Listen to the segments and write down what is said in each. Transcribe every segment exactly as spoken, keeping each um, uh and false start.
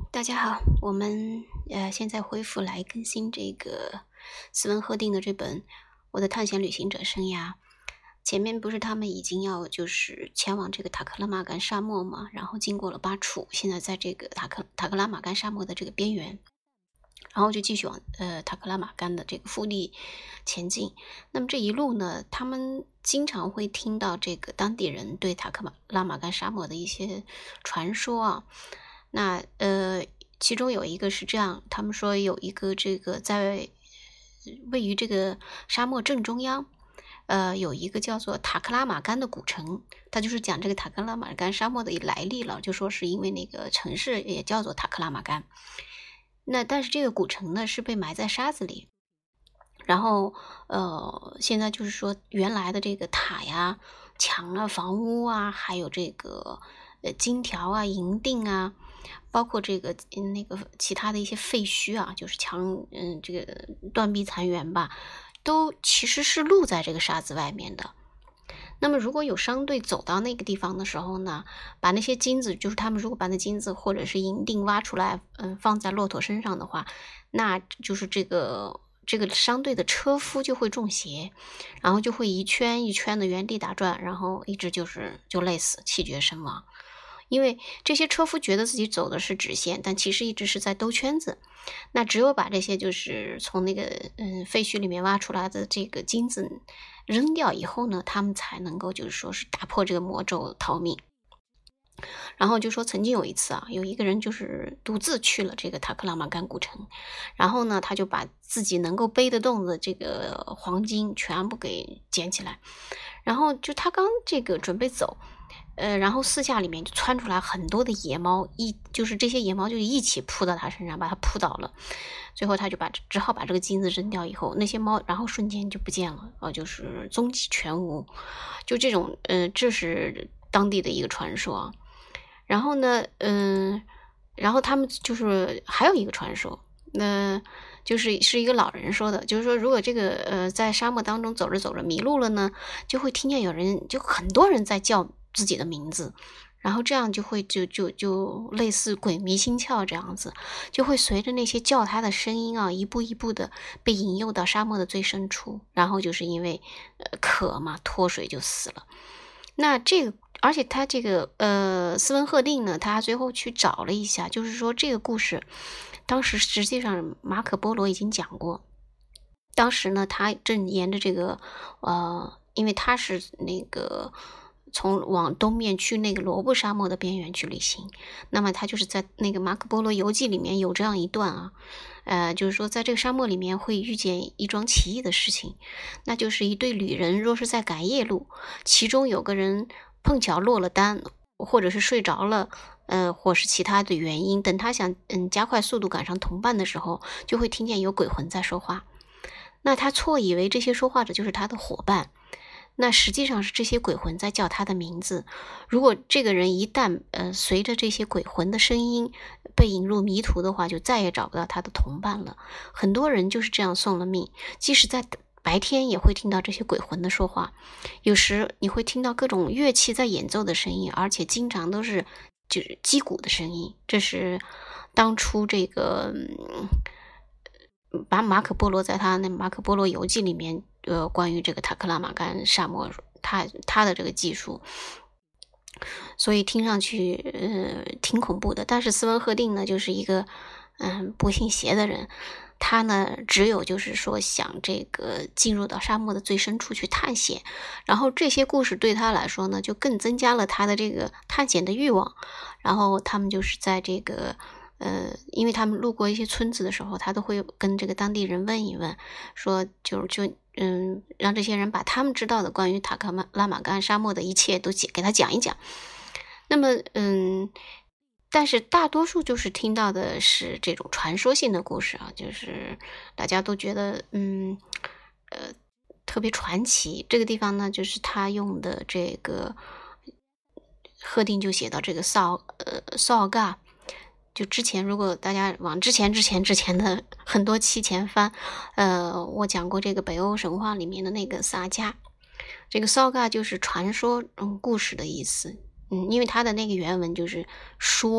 大家好，我们呃现在恢复来更新这个斯文赫定的这本《我的探险旅行者生涯》。前面不是他们已经要就是前往这个塔克拉玛干沙漠嘛，然后经过了巴楚，现在在这个塔克塔克拉玛干沙漠的这个边缘，然后就继续往呃塔克拉玛干的这个腹地前进。那么这一路呢，他们经常会听到这个当地人对塔克拉玛干沙漠的一些传说啊。那呃，其中有一个是这样，他们说有一个这个在位于这个沙漠正中央，呃，有一个叫做塔克拉玛干的古城，他就是讲这个塔克拉玛干沙漠的来历了，就说是因为那个城市也叫做塔克拉玛干。那但是这个古城呢是被埋在沙子里，然后呃，现在就是说原来的这个塔呀、墙啊、房屋啊，还有这个呃金条啊、银锭啊，包括这个嗯那个其他的一些废墟啊，就是墙嗯这个断壁残垣吧，都其实是露在这个沙子外面的。那么如果有商队走到那个地方的时候呢，把那些金子，就是他们如果把那金子或者是银锭挖出来，嗯，放在骆驼身上的话，那就是这个这个商队的车夫就会中邪，然后就会一圈一圈的原地打转，然后一直就是就累死，气绝身亡。因为这些车夫觉得自己走的是直线，但其实一直是在兜圈子。那只有把这些就是从那个嗯废墟里面挖出来的这个金子扔掉以后呢，他们才能够就是说是打破这个魔咒逃命。然后就说曾经有一次啊，有一个人就是独自去了这个塔克拉玛干古城，然后呢，他就把自己能够背得动的这个黄金全部给捡起来，然后就他刚这个准备走，呃，然后四下里面就窜出来很多的野猫，一就是这些野猫就一起扑到他身上，把他扑倒了。最后他就把只好把这个金子扔掉以后，那些猫然后瞬间就不见了，呃，就是踪迹全无。就这种，呃，这是当地的一个传说啊。然后呢，嗯，然后他们就是还有一个传说，那就是是一个老人说的，就是说如果这个呃在沙漠当中走着走着迷路了呢，就会听见有人就很多人在叫自己的名字，然后这样就会就就就类似鬼迷心窍这样子，就会随着那些叫他的声音啊，一步一步的被引诱到沙漠的最深处，然后就是因为呃渴嘛，脱水就死了。那这个，而且他这个呃，斯文赫定呢，他最后去找了一下，就是说这个故事，当时实际上马可波罗已经讲过。当时呢，他正沿着这个呃，因为他是那个从往东面去那个罗布沙漠的边缘去旅行，那么他就是在那个马可波罗游记里面有这样一段啊，呃，就是说在这个沙漠里面会遇见一桩奇异的事情，那就是一对旅人若是在赶夜路，其中有个人碰巧落了单，或者是睡着了，呃，或是其他的原因，等他想嗯加快速度赶上同伴的时候，就会听见有鬼魂在说话。那他错以为这些说话者就是他的伙伴，那实际上是这些鬼魂在叫他的名字。如果这个人一旦呃随着这些鬼魂的声音被引入迷途的话，就再也找不到他的同伴了。很多人就是这样送了命，即使在白天也会听到这些鬼魂的说话，有时你会听到各种乐器在演奏的声音，而且经常都是就是击鼓的声音。这是当初这个嗯把马可波罗在他那马可波罗游记里面，呃，关于这个塔克拉玛干沙漠，他他的这个技术，所以听上去呃挺恐怖的。但是斯文赫定呢，就是一个嗯不信邪的人，他呢只有就是说想这个进入到沙漠的最深处去探险，然后这些故事对他来说呢，就更增加了他的这个探险的欲望。然后他们就是在这个。呃，因为他们路过一些村子的时候，他都会跟这个当地人问一问，说就就嗯，让这些人把他们知道的关于塔克拉玛干沙漠的一切都给他讲一讲。那么嗯，但是大多数就是听到的是这种传说性的故事啊，就是大家都觉得嗯呃特别传奇。这个地方呢，就是他用的这个赫定就写到这个扫呃扫嘎。就之前，如果大家往之前、之前、之前的很多期前翻，呃，我讲过这个北欧神话里面的那个萨迦，这个 saga 就是传说、嗯故事的意思，嗯，因为它的那个原文就是说嘛，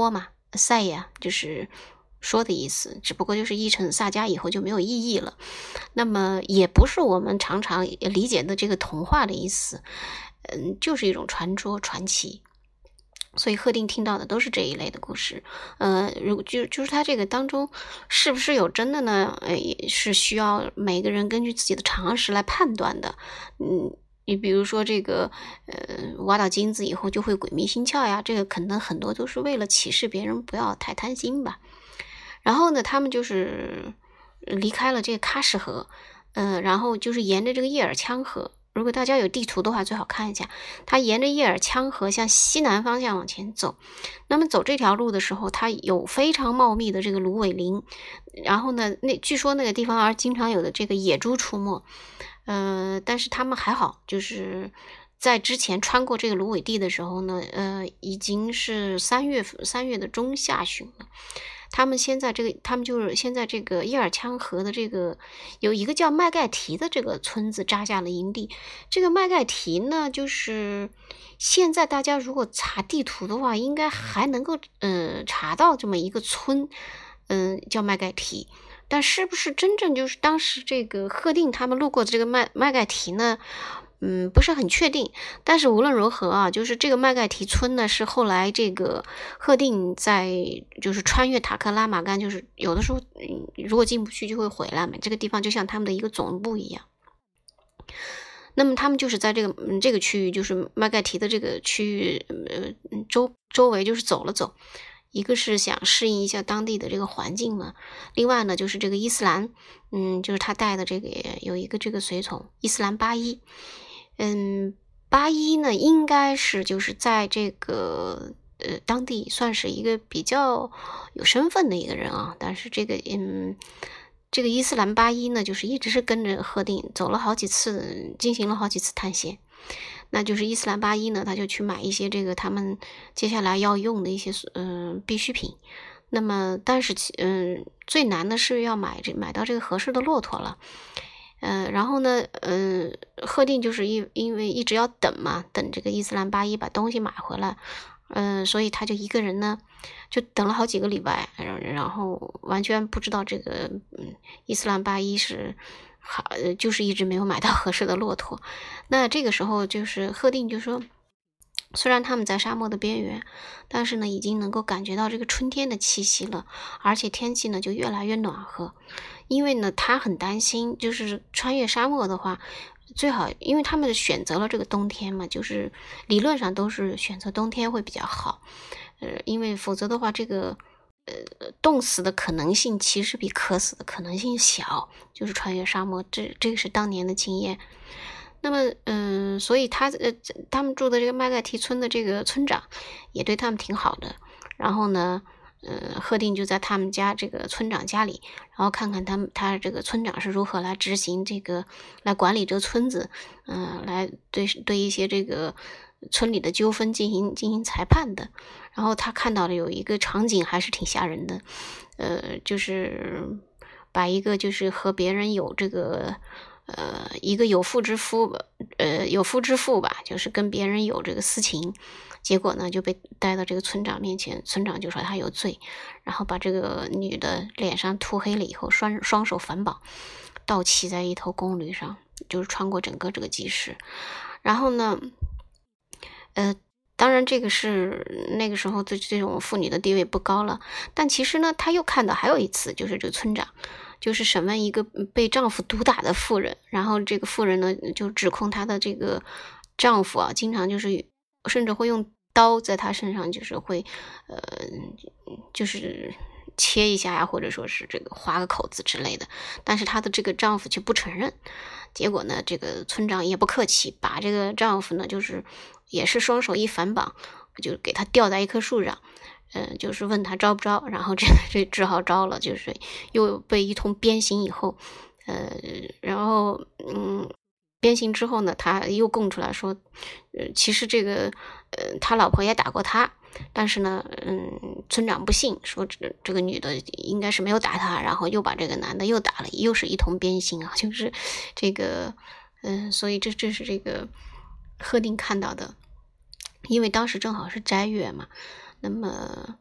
赛呀，就是说的意思，只不过就是译成萨迦以后就没有意义了。那么也不是我们常常理解的这个童话的意思，嗯，就是一种传说传奇。所以贺定听到的都是这一类的故事，呃，如果就就是他这个当中是不是有真的呢？呃，也是需要每个人根据自己的常识来判断的。嗯，你比如说这个，呃，挖到金子以后就会鬼迷心窍呀，这个可能很多都是为了启示别人不要太贪心吧。然后呢，他们就是离开了这个喀什河，呃，然后就是沿着这个叶尔羌河。如果大家有地图的话，最好看一下，它沿着叶尔羌河向西南方向往前走。那么走这条路的时候，它有非常茂密的这个芦苇林，然后呢，那据说那个地方而经常有的这个野猪出没，呃，但是他们还好，就是在之前穿过这个芦苇地的时候呢，呃，已经是三月三月的中下旬了。他们现在这个，他们就是现在这个叶尔羌河的这个有一个叫麦盖提的这个村子扎下了营地。这个麦盖提呢，就是现在大家如果查地图的话，应该还能够呃查到这么一个村，嗯、呃，叫麦盖提。但是不是真正就是当时这个贺定他们路过的这个麦麦盖提呢？嗯，不是很确定，但是无论如何啊，就是这个麦盖提村呢，是后来这个贺定在就是穿越塔克拉玛干，就是有的时候、嗯、如果进不去就会回来嘛，这个地方就像他们的一个总部一样。那么他们就是在这个、嗯、这个区域，就是麦盖提的这个区域，呃，周周围就是走了走。一个是想适应一下当地的这个环境嘛，另外呢就是这个伊斯兰，嗯，就是他带的这个有一个这个随从伊斯兰八一。嗯，八一呢，应该是就是在这个呃当地算是一个比较有身份的一个人啊。但是这个嗯，这个伊斯兰八一呢，就是一直是跟着贺定走了好几次，进行了好几次探险。那就是伊斯兰八一呢，他就去买一些这个他们接下来要用的一些嗯、呃、必需品。那么，但是嗯、呃，最难的是要买这买到这个合适的骆驼了。呃，然后呢，嗯、呃，贺定就是因因为一直要等嘛，等这个伊斯兰八一把东西买回来，嗯、呃，所以他就一个人呢，就等了好几个礼拜，然后完全不知道这个嗯伊斯兰八一是好，就是一直没有买到合适的骆驼。那这个时候就是贺定就说，虽然他们在沙漠的边缘，但是呢，已经能够感觉到这个春天的气息了，而且天气呢就越来越暖和。因为呢，他很担心，就是穿越沙漠的话，最好，因为他们选择了这个冬天嘛，就是理论上都是选择冬天会比较好，呃，因为否则的话，这个呃冻死的可能性其实比渴死的可能性小，就是穿越沙漠，这这个是当年的经验。那么，嗯、呃，所以他呃，他们住的这个麦盖提村的这个村长也对他们挺好的。然后呢，呃，贺定就在他们家这个村长家里，然后看看他们他这个村长是如何来执行这个来管理这个村子，嗯、呃，来对对一些这个村里的纠纷进行进行裁判的。然后他看到的有一个场景还是挺吓人的，呃，就是把一个就是和别人有这个。呃，一个有妇之夫，呃，有妇之妇吧，就是跟别人有这个私情，结果呢就被带到这个村长面前，村长就说他有罪，然后把这个女的脸上涂黑了以后，双双手反绑，倒骑在一头公驴上，就是穿过整个这个集市。然后呢，呃，当然这个是那个时候这这种妇女的地位不高了，但其实呢，他又看到还有一次，就是这个村长。就是审问一个被丈夫毒打的妇人，然后这个妇人呢就指控她的这个丈夫啊，经常就是甚至会用刀在她身上，就是会呃，就是切一下呀，或者说是这个划个口子之类的。但是她的这个丈夫却不承认。结果呢，这个村长也不客气，把这个丈夫呢，就是也是双手一反绑，就给他吊在一棵树上。嗯，就是问他招不招，然后这这只好招了，就是又被一通鞭刑以后，呃，然后嗯，鞭刑之后呢，他又供出来说，呃，其实这个呃，他老婆也打过他，但是呢，嗯，村长不信，说这这个女的应该是没有打他，然后又把这个男的又打了，又是一通鞭刑啊，就是这个，嗯、呃，所以这这是这个贺定看到的，因为当时正好是斋月嘛。那么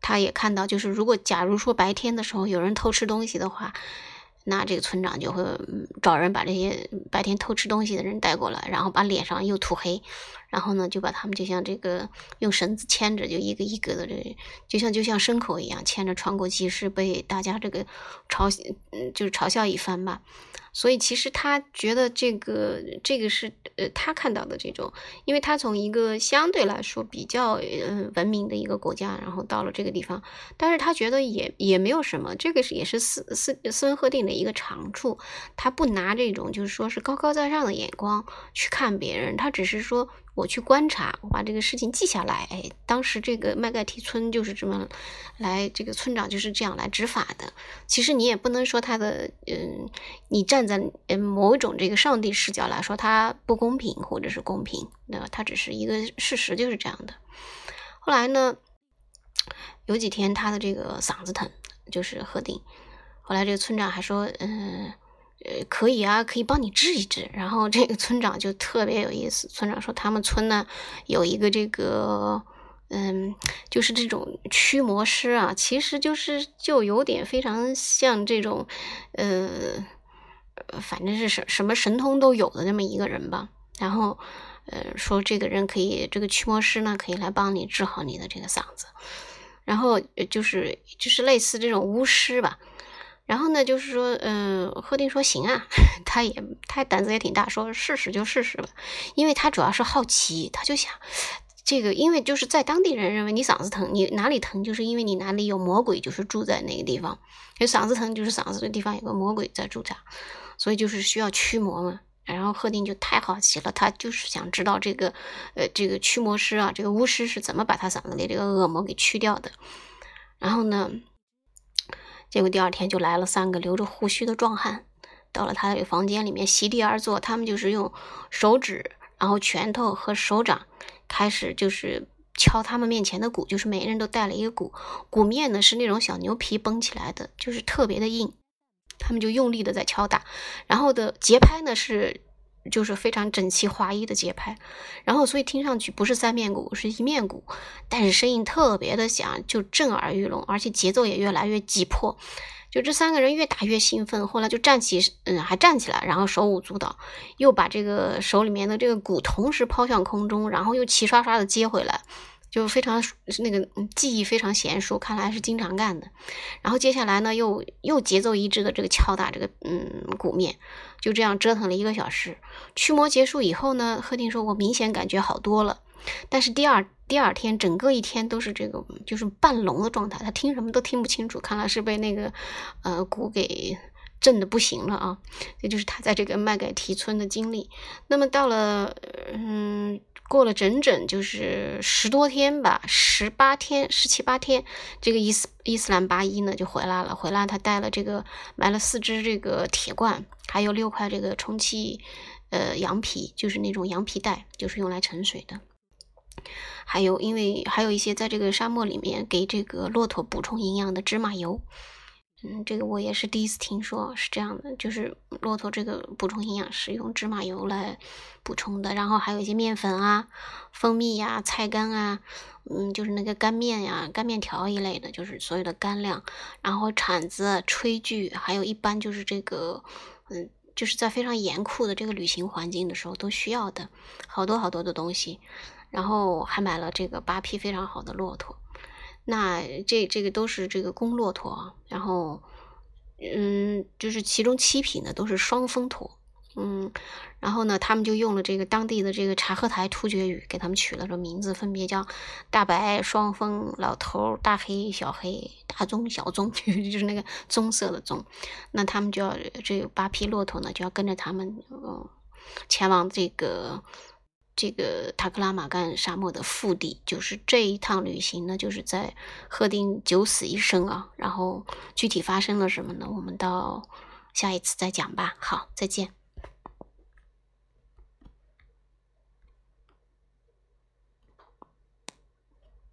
他也看到，就是如果假如说白天的时候有人偷吃东西的话，那这个村长就会找人把这些白天偷吃东西的人带过来，然后把脸上又涂黑，然后呢就把他们就像这个用绳子牵着，就一个一个的这就像就像牲口一样牵着穿过集市，被大家这个嘲嗯就是嘲笑一番吧。所以其实他觉得这个这个是呃他看到的这种，因为他从一个相对来说比较呃文明的一个国家，然后到了这个地方，但是他觉得也也没有什么，这个是也是斯斯斯文赫定的一个长处，他不拿这种就是说是高高在上的眼光去看别人，他只是说我去观察，我把这个事情记下来，哎，当时这个麦盖提村就是这么来，这个村长就是这样来执法的。其实你也不能说他的，嗯，你站在嗯某一种这个上帝视角来说，他不公平或者是公平，那他只是一个事实，就是这样的。后来呢，有几天他的这个嗓子疼，就是赫定。后来这个村长还说，嗯。呃，可以啊，可以帮你治一治。然后这个村长就特别有意思，村长说他们村呢有一个这个，嗯，就是这种驱魔师啊，其实就是就有点非常像这种，呃，反正是什什么神通都有的那么一个人吧。然后，呃，说这个人可以，这个驱魔师呢可以来帮你治好你的这个嗓子。然后就是就是类似这种巫师吧。然后呢，就是说，嗯、呃，赫定说行啊，他也他胆子也挺大，说试试就试试吧，因为他主要是好奇，他就想这个，因为就是在当地人认为你嗓子疼，你哪里疼，就是因为你哪里有魔鬼，就是住在那个地方，就嗓子疼就是嗓子的地方有个魔鬼在驻扎，所以就是需要驱魔嘛。然后赫定就太好奇了，他就是想知道这个，呃，这个驱魔师啊，这个巫师是怎么把他嗓子里这个恶魔给驱掉的。然后呢？结果第二天就来了三个留着胡须的壮汉，到了他的房间里面席地而坐，他们就是用手指，然后拳头和手掌开始就是敲他们面前的鼓，就是每个人都带了一个鼓，鼓面呢是那种小牛皮绷起来的，就是特别的硬，他们就用力的在敲打，然后的节拍呢是就是非常整齐划一的节拍，然后所以听上去不是三面鼓，是一面鼓，但是声音特别的响，就震耳欲聋，而且节奏也越来越急迫。就这三个人越打越兴奋，后来就站起，嗯，还站起来，然后手舞足蹈，又把这个手里面的这个鼓同时抛向空中，然后又齐刷刷的接回来。就非常那个技艺非常娴熟，看来是经常干的。然后接下来呢，又又节奏一致的这个敲打这个嗯鼓面，就这样折腾了一个小时。驱魔结束以后呢，赫定说我明显感觉好多了，但是第二第二天整个一天都是这个就是半聋的状态，他听什么都听不清楚，看来是被那个呃鼓给震的不行了啊。这就是他在这个麦盖提村的经历。那么到了嗯。过了整整就是十多天吧，十八天、十七八天，这个伊斯伊斯兰八一呢就回来了。回来他带了这个买了四只这个铁罐，还有六块这个充气呃羊皮，就是那种羊皮袋，就是用来盛水的。还有因为还有一些在这个沙漠里面给这个骆驼补充营养的芝麻油。嗯，这个我也是第一次听说是这样的，就是骆驼这个补充营养是用芝麻油来补充的，然后还有一些面粉啊、蜂蜜呀、菜干啊，嗯，就是那个干面呀、干面条一类的，就是所有的干粮，然后铲子、炊具，还有一般就是这个，嗯，就是在非常严酷的这个旅行环境的时候都需要的好多好多的东西，然后还买了这个八匹非常好的骆驼。那这这个都是这个公骆驼，然后，嗯，就是其中七匹呢都是双峰驼，嗯，然后呢，他们就用了这个当地的这个察合台突厥语，给他们取了个名字，分别叫大白、双峰、老头、大黑、小黑、大棕、小棕，就是那个棕色的棕。那他们就要这八匹骆驼呢，就要跟着他们，嗯，前往这个。这个塔克拉玛干沙漠的腹地，就是这一趟旅行呢，就是在赫定九死一生啊。然后具体发生了什么呢？我们到下一次再讲吧。好，再见。